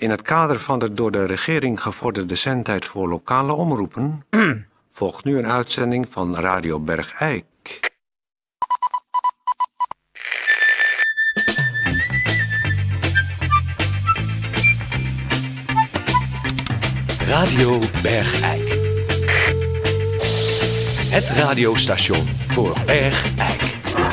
In het kader van de door de regering gevorderde zendtijd voor lokale omroepen volgt nu een uitzending van Radio Bergijk. Radio Bergijk. Het radiostation voor Bergijk.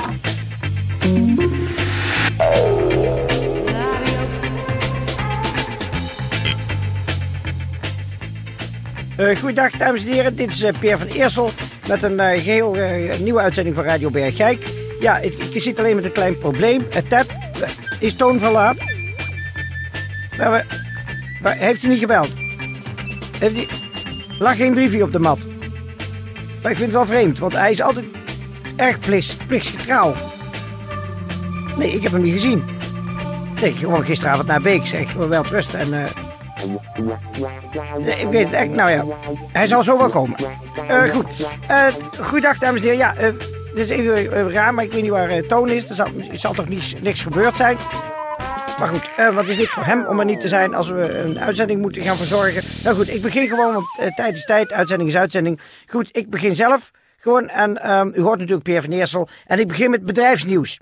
Goedendag dames en heren, dit is Peer van Eersel met een geheel nieuwe uitzending van Radio Bergijk. Ja, ik zit alleen met een klein probleem. Ted, is Toon verlaat? Heeft hij niet gebeld? Lag geen briefje op de mat? Maar ik vind het wel vreemd, want hij is altijd erg plichtsgetrouw. Nee, ik heb hem niet gezien. Nee, gewoon gisteravond naar Beek, zeg, wel rust en... ik weet het echt, nou ja, hij zal zo wel komen. Goed, goeiedag dames en heren, ja, dit is even raar, maar ik weet niet waar Toon is. Er zal toch niks gebeurd zijn. Maar goed, wat is niks voor hem om er niet te zijn als we een uitzending moeten gaan verzorgen. Nou goed, ik begin gewoon, want tijd is tijd, uitzending is uitzending. Goed, ik begin zelf gewoon en u hoort natuurlijk Peer van Eersel. En ik begin met bedrijfsnieuws.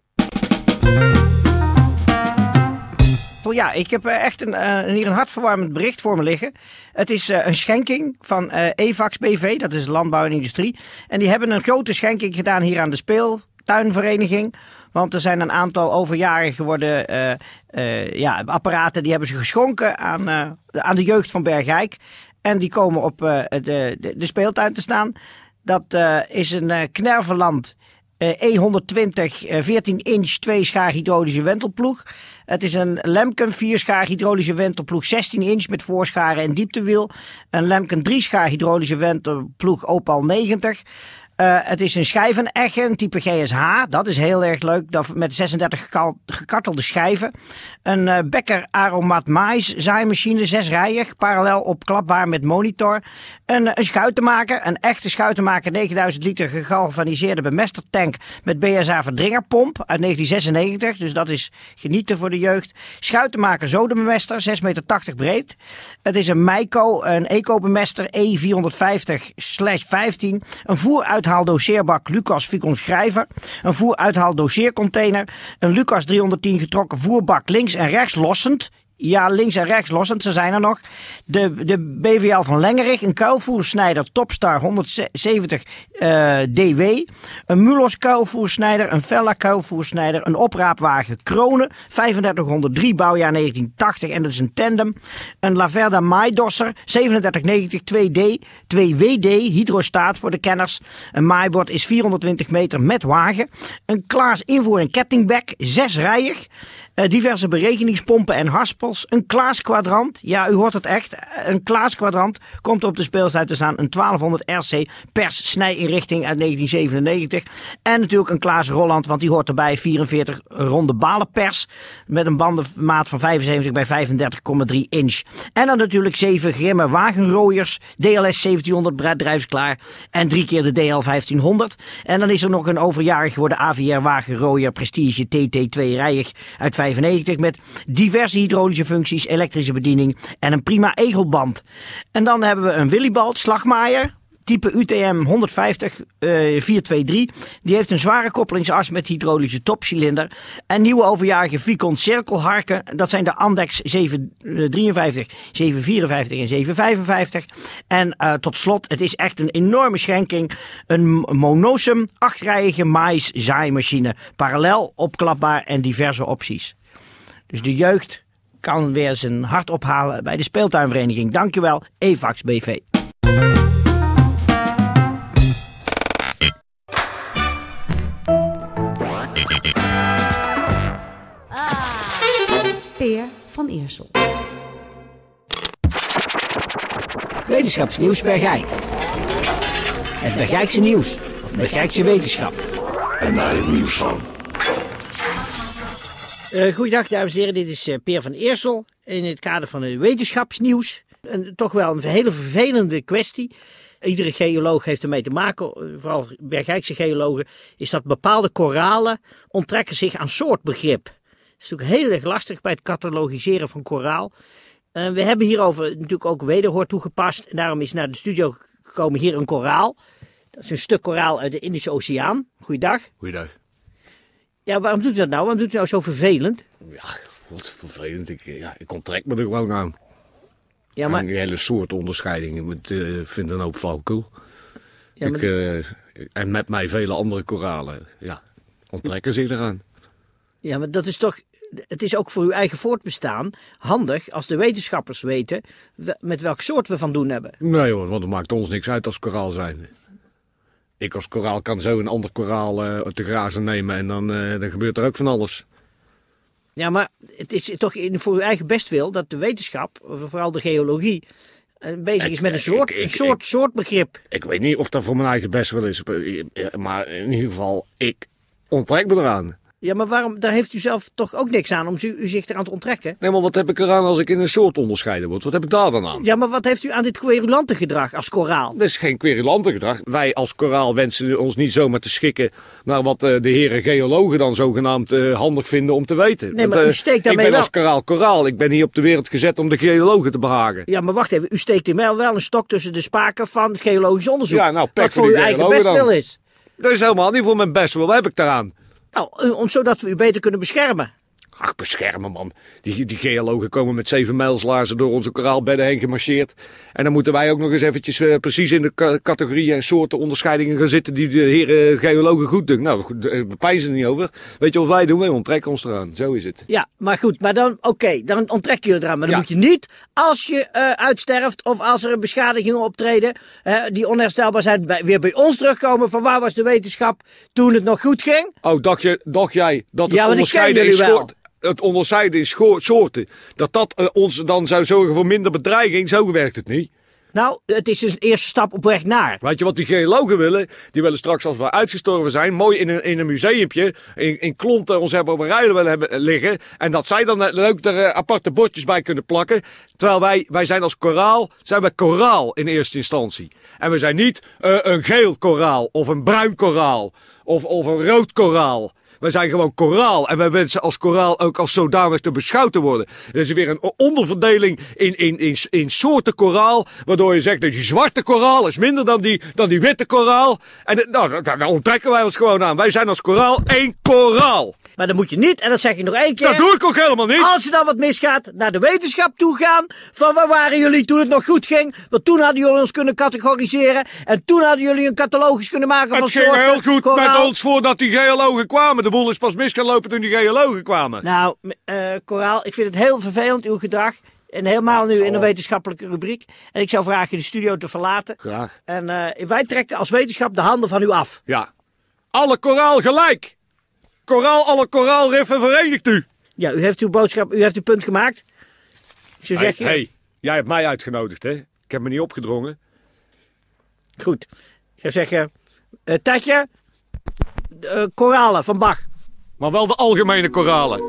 Ja, ik heb echt hier een hartverwarmend bericht voor me liggen. Het is een schenking van EVAX BV, dat is Landbouw en Industrie. En die hebben een grote schenking gedaan hier aan de speeltuinvereniging. Want er zijn een aantal overjarig geworden apparaten, die hebben ze geschonken aan de jeugd van Bergijk. En die komen op de speeltuin te staan. Dat is een Knerveland E120 14 inch 2 schaar hydraulische wentelploeg. Het is een Lemken 4 schaar hydraulische wentelploeg 16 inch met voorscharen en dieptewiel. Een Lemken 3 schaar hydraulische wentelploeg Opal 90. Het is een schijveneggen, type GSH. Dat is heel erg leuk, met 36 gekartelde schijven. Een Becker Aromat Mais zaaimachine, 6-rijig, parallel opklapbaar met monitor. Een schuitenmaker, een echte schuitenmaker, 9000 liter gegalvaniseerde bemestertank met BSA verdringerpomp uit 1996. Dus dat is genieten voor de jeugd. Schuitenmaker zodembemester, 6,80 meter breed. Het is een Meiko, een eco-bemester E450/15. Een voeruithaaldoseerbak Lucas Vicon Schrijver. Een voeruithaaldoseercontainer. Een Lucas 310 getrokken voerbak links en rechts lossend. Ja, links en rechts lossend, ze zijn er nog. De BVL van Lengerich, een kuilvoersnijder Topstar 170 DW. Een Mulos kuilvoersnijder, een Vella kuilvoersnijder, een opraapwagen Kronen, 3503 bouwjaar 1980 en dat is een tandem. Een Laverda maaidosser, 3790 2D, 2WD, hydrostaat voor de kenners. Een maaibord is 420 meter met wagen. Een Klaas invoer- en kettingbek, 6-rijig. Diverse beregeningspompen en haspels. Een Klaas kwadrant. Ja, u hoort het echt. Een Klaas kwadrant komt op de speeltuin te staan. Een 1200 RC pers snijinrichting uit 1997. En natuurlijk een Klaas Rolland, want die hoort erbij. 44 ronde balen pers. Met een bandenmaat van 75 bij 35,3 inch. En dan natuurlijk 7 grimme wagenrooiers. DLS 1700 bedrijfsklaar. En 3 keer de DL 1500. En dan is er nog een overjarig geworden AVR wagenrooier Prestige TT2-rijig uit 95 met diverse hydraulische functies, elektrische bediening en een prima egelband. En dan hebben we een Willybald slagmaaier, type UTM 150 423. Die heeft een zware koppelingsas met hydraulische topcilinder. En nieuwe overjarige Vicon cirkelharken. Dat zijn de Andex 753, 754 en 755. En tot slot, het is echt een enorme schenking. Een Monosum 8-rijige mais zaaimachine. Parallel, opklapbaar en diverse opties. Dus de jeugd kan weer zijn hart ophalen bij de speeltuinvereniging. Dankjewel, EVAX BV. Peer van Eersel. Wetenschapsnieuws Bergijk. Het Bergijkse nieuws. Of Bergijkse wetenschap. En daar het nieuws van. Goeiedag dames en heren, dit is Peer van Eersel. In het kader van het wetenschapsnieuws. Toch wel een hele vervelende kwestie. Iedere geoloog heeft ermee te maken, vooral Bergijkse geologen, is dat bepaalde koralen onttrekken zich aan soortbegrip. Dat is natuurlijk heel erg lastig bij het catalogiseren van koraal. We hebben hierover natuurlijk ook wederhoor toegepast. En daarom is naar de studio gekomen hier een koraal. Dat is een stuk koraal uit de Indische Oceaan. Goeiedag. Goeiedag. Ja, waarom doet u dat nou? Waarom doet u nou zo vervelend? Ja, wat vervelend. Ik onttrek me er gewoon aan. Ja, maar... En die hele soort onderscheidingen. Ik vind een hoop flauwekul. Ja, maar... En met mij vele andere koralen. Ja, onttrekken zich eraan. Ja, maar dat is toch... Het is ook voor uw eigen voortbestaan handig als de wetenschappers weten met welk soort we van doen hebben. Nee hoor, want het maakt ons niks uit als koraal zijn. Ik als koraal kan zo een ander koraal te grazen nemen en dan gebeurt er ook van alles. Ja, maar het is toch voor uw eigen bestwil dat de wetenschap, vooral de geologie, bezig is met een soortbegrip. Ik weet niet of dat voor mijn eigen best wel is, maar in ieder geval, ik onttrek me eraan. Ja, maar waarom? Daar heeft u zelf toch ook niks aan om u zich eraan te onttrekken? Nee, maar wat heb ik eraan als ik in een soort onderscheiden word? Wat heb ik daar dan aan? Ja, maar wat heeft u aan dit querulante gedrag als koraal? Dat is geen querulante gedrag. Wij als koraal wensen ons niet zomaar te schikken naar wat de heren geologen dan zogenaamd handig vinden om te weten. Nee, maar u steekt daarmee ik ben als koraal. Ik ben hier op de wereld gezet om de geologen te behagen. Ja, maar wacht even. U steekt er wel een stok tussen de spaken van het geologisch onderzoek. Ja, nou, wat voor uw eigen bestwil is. Dat is helemaal niet voor mijn bestwil. Wat heb ik daaraan? Nou, zodat we u beter kunnen beschermen. Ach, beschermen man. Die geologen komen met 7 mijlslaarzen door onze koraalbedden heen gemarcheerd. En dan moeten wij ook nog eens eventjes precies in de categorieën en soorten onderscheidingen gaan zitten die de heren geologen goed doen. Nou, bepijn ze er niet over. Weet je wat wij doen? Wij onttrekken ons eraan. Zo is het. Ja, maar goed. Maar dan, dan onttrek je eraan. Maar dan moet je niet, als je uitsterft of als er beschadigingen optreden die onherstelbaar zijn, weer bij ons terugkomen van waar was de wetenschap toen het nog goed ging? Oh, dacht jij dat het onderscheiden in soorten, dat ons dan zou zorgen voor minder bedreiging? Zo werkt het niet. Nou, het is dus een eerste stap op weg naar. Weet je wat die geologen willen? Die willen straks, als we uitgestorven zijn, mooi in een museumpje, in klonten ons hebben op een rij willen hebben liggen. En dat zij dan leuk er aparte bordjes bij kunnen plakken. Terwijl wij zijn als koraal, zijn we koraal in eerste instantie. En we zijn niet een geel koraal, of een bruin koraal, of een rood koraal. Wij zijn gewoon koraal en wij wensen als koraal ook als zodanig te beschouwd te worden. Er is weer een onderverdeling in soorten koraal, waardoor je zegt dat die zwarte koraal is minder dan die witte koraal. En daar onttrekken wij ons gewoon aan. Wij zijn als koraal één koraal. Maar dan moet je niet, en dat zeg je nog één keer. Dat doe ik ook helemaal niet. Als er dan wat misgaat, naar de wetenschap toe gaan. Van waar waren jullie toen het nog goed ging? Want toen hadden jullie ons kunnen categoriseren. En toen hadden jullie een catalogus kunnen maken van soorten. Het ging heel goed koraal. met ons voordat die geologen kwamen. De boel is pas mis gaan lopen toen die geologen kwamen. Nou, koraal, ik vind het heel vervelend, uw gedrag. En helemaal nu in een wetenschappelijke rubriek. En ik zou vragen de studio te verlaten. Graag. En wij trekken als wetenschap de handen van u af. Ja. Alle koraal gelijk. Alle koraalriffen verenigt u. Ja, u heeft uw boodschap, u heeft uw punt gemaakt. Ik zou zeggen... Hey, jij hebt mij uitgenodigd, hè? Ik heb me niet opgedrongen. Goed. Ik zou zeggen... Tatje... koralen van Bach. Maar wel de algemene koralen.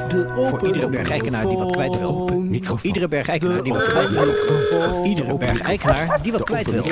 Voor iedere bergijkenaar die wat kwijt wil. Iedere bergijkenaar die wat kwijt wil. Voor iedere bergijkenaar die wat kwijt wil.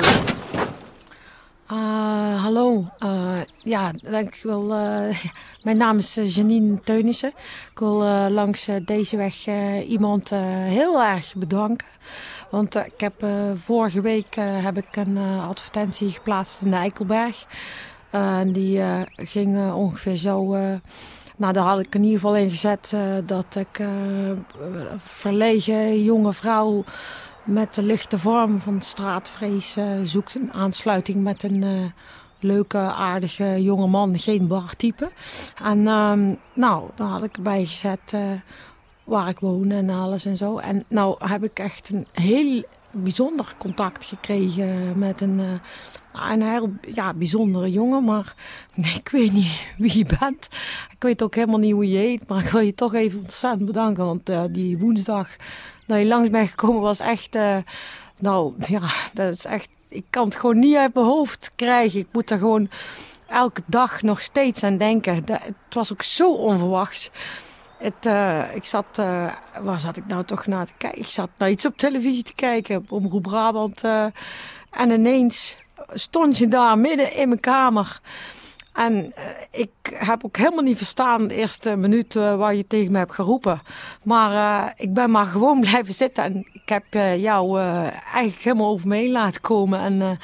Hallo, ik wil, mijn naam is Janine Teunissen. Ik wil langs deze weg iemand heel erg bedanken. Want ik heb vorige week heb ik een advertentie geplaatst in de Eikelberg. Die ging ongeveer zo... daar had ik in ieder geval in gezet dat ik verlegen jonge vrouw... met de lichte vorm van straatvrees zoekt een aansluiting met een leuke, aardige jonge man, geen bartype. En daar had ik erbij gezet waar ik woon en alles en zo. En nou heb ik echt een heel bijzonder contact gekregen met een heel bijzondere jongen. Maar ik weet niet wie je bent. Ik weet ook helemaal niet hoe je heet. Maar ik wil je toch even ontzettend bedanken. Want die woensdag dat je langs bent gekomen was echt... dat is echt... Ik kan het gewoon niet uit mijn hoofd krijgen. Ik moet er gewoon elke dag nog steeds aan denken. Het was ook zo onverwachts. Ik zat... waar zat ik nou toch naar te kijken? Ik zat naar iets op televisie te kijken. Op Omroep Brabant. En ineens stond je daar midden in mijn kamer. En ik heb ook helemaal niet verstaan de eerste minuut waar je tegen me hebt geroepen. Maar ik ben maar gewoon blijven zitten. En ik heb jou eigenlijk helemaal over me heen laten komen. En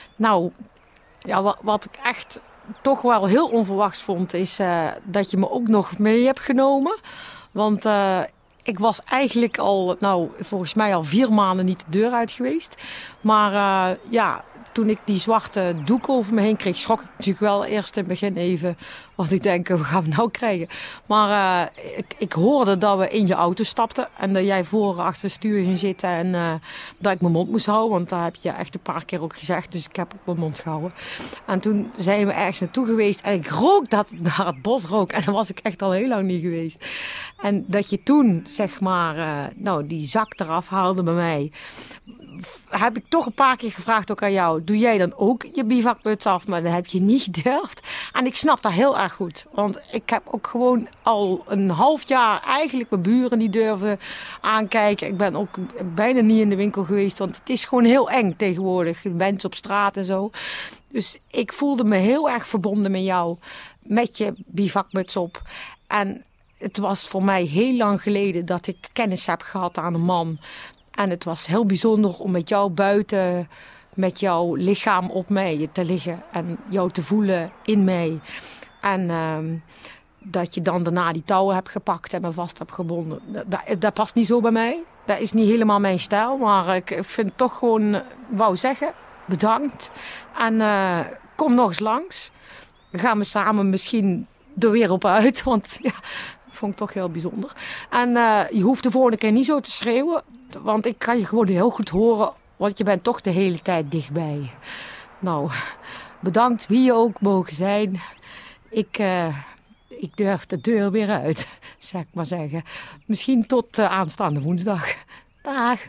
wat ik echt toch wel heel onverwachts vond... is dat je me ook nog mee hebt genomen. Want ik was eigenlijk al, volgens mij al 4 maanden niet de deur uit geweest. Maar toen ik die zwarte doek over me heen kreeg, schrok ik natuurlijk wel eerst in het begin even. Want ik denk, hoe gaan we nou krijgen? Maar ik hoorde dat we in je auto stapten. En dat jij voor achter het stuur ging zitten. En dat ik mijn mond moest houden. Want dat heb je echt een paar keer ook gezegd. Dus ik heb ook mijn mond gehouden. En toen zijn we ergens naartoe geweest. En ik rook dat het naar het bos rook. En dan was ik echt al heel lang niet geweest. En dat je toen, zeg maar, die zak eraf haalde bij mij. Heb ik toch een paar keer gevraagd ook aan jou. Doe jij dan ook je bivakmuts af? Maar dat heb je niet gedurfd. En ik snap dat heel erg goed. Want ik heb ook gewoon al een half jaar eigenlijk mijn buren niet durven aankijken. Ik ben ook bijna niet in de winkel geweest. Want het is gewoon heel eng tegenwoordig. Mensen op straat en zo. Dus ik voelde me heel erg verbonden met jou. Met je bivakmuts op. En het was voor mij heel lang geleden dat ik kennis heb gehad aan een man. En het was heel bijzonder om met jou buiten, met jouw lichaam op mij te liggen. En jou te voelen in mij. En dat je dan daarna die touwen hebt gepakt en me vast hebt gebonden. Dat past niet zo bij mij. Dat is niet helemaal mijn stijl. Maar ik vind het toch gewoon, wou zeggen, bedankt. En kom nog eens langs. Dan gaan we samen misschien er weer op uit. Want ja, dat vond ik toch heel bijzonder. En je hoeft de volgende keer niet zo te schreeuwen. Want ik kan je gewoon heel goed horen, want je bent toch de hele tijd dichtbij. Nou, bedankt wie je ook mogen zijn. Ik durf de deur weer uit, zeg ik maar zeggen. Misschien tot aanstaande woensdag. Dag.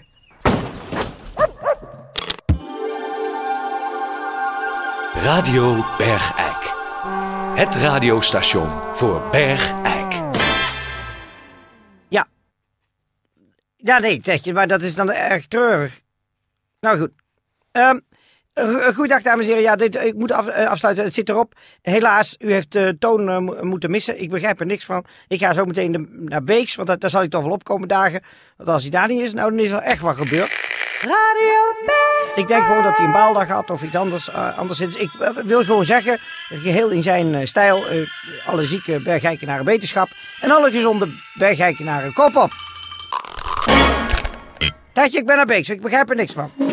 Radio Bergijk. Het radiostation voor Bergijk. Ja, nee, zeg je, maar dat is dan erg treurig. Nou goed. Goeiedag, dames en heren. Ja, ik moet afsluiten. Het zit erop. Helaas, u heeft de toon moeten missen. Ik begrijp er niks van. Ik ga zo meteen naar Beeks, want daar zal ik toch wel opkomen dagen. Want als hij daar niet is, dan is er echt wat gebeurd. Radio Bergijk. Ik denk gewoon dat hij een baaldag had of iets anders. Anderszins. Ik wil gewoon zeggen, geheel in zijn stijl, alle zieke Bergijkenaren wetenschap en alle gezonde Bergijkenaren kop op. Datje, ik ben naar Beeks. Ik begrijp er niks van.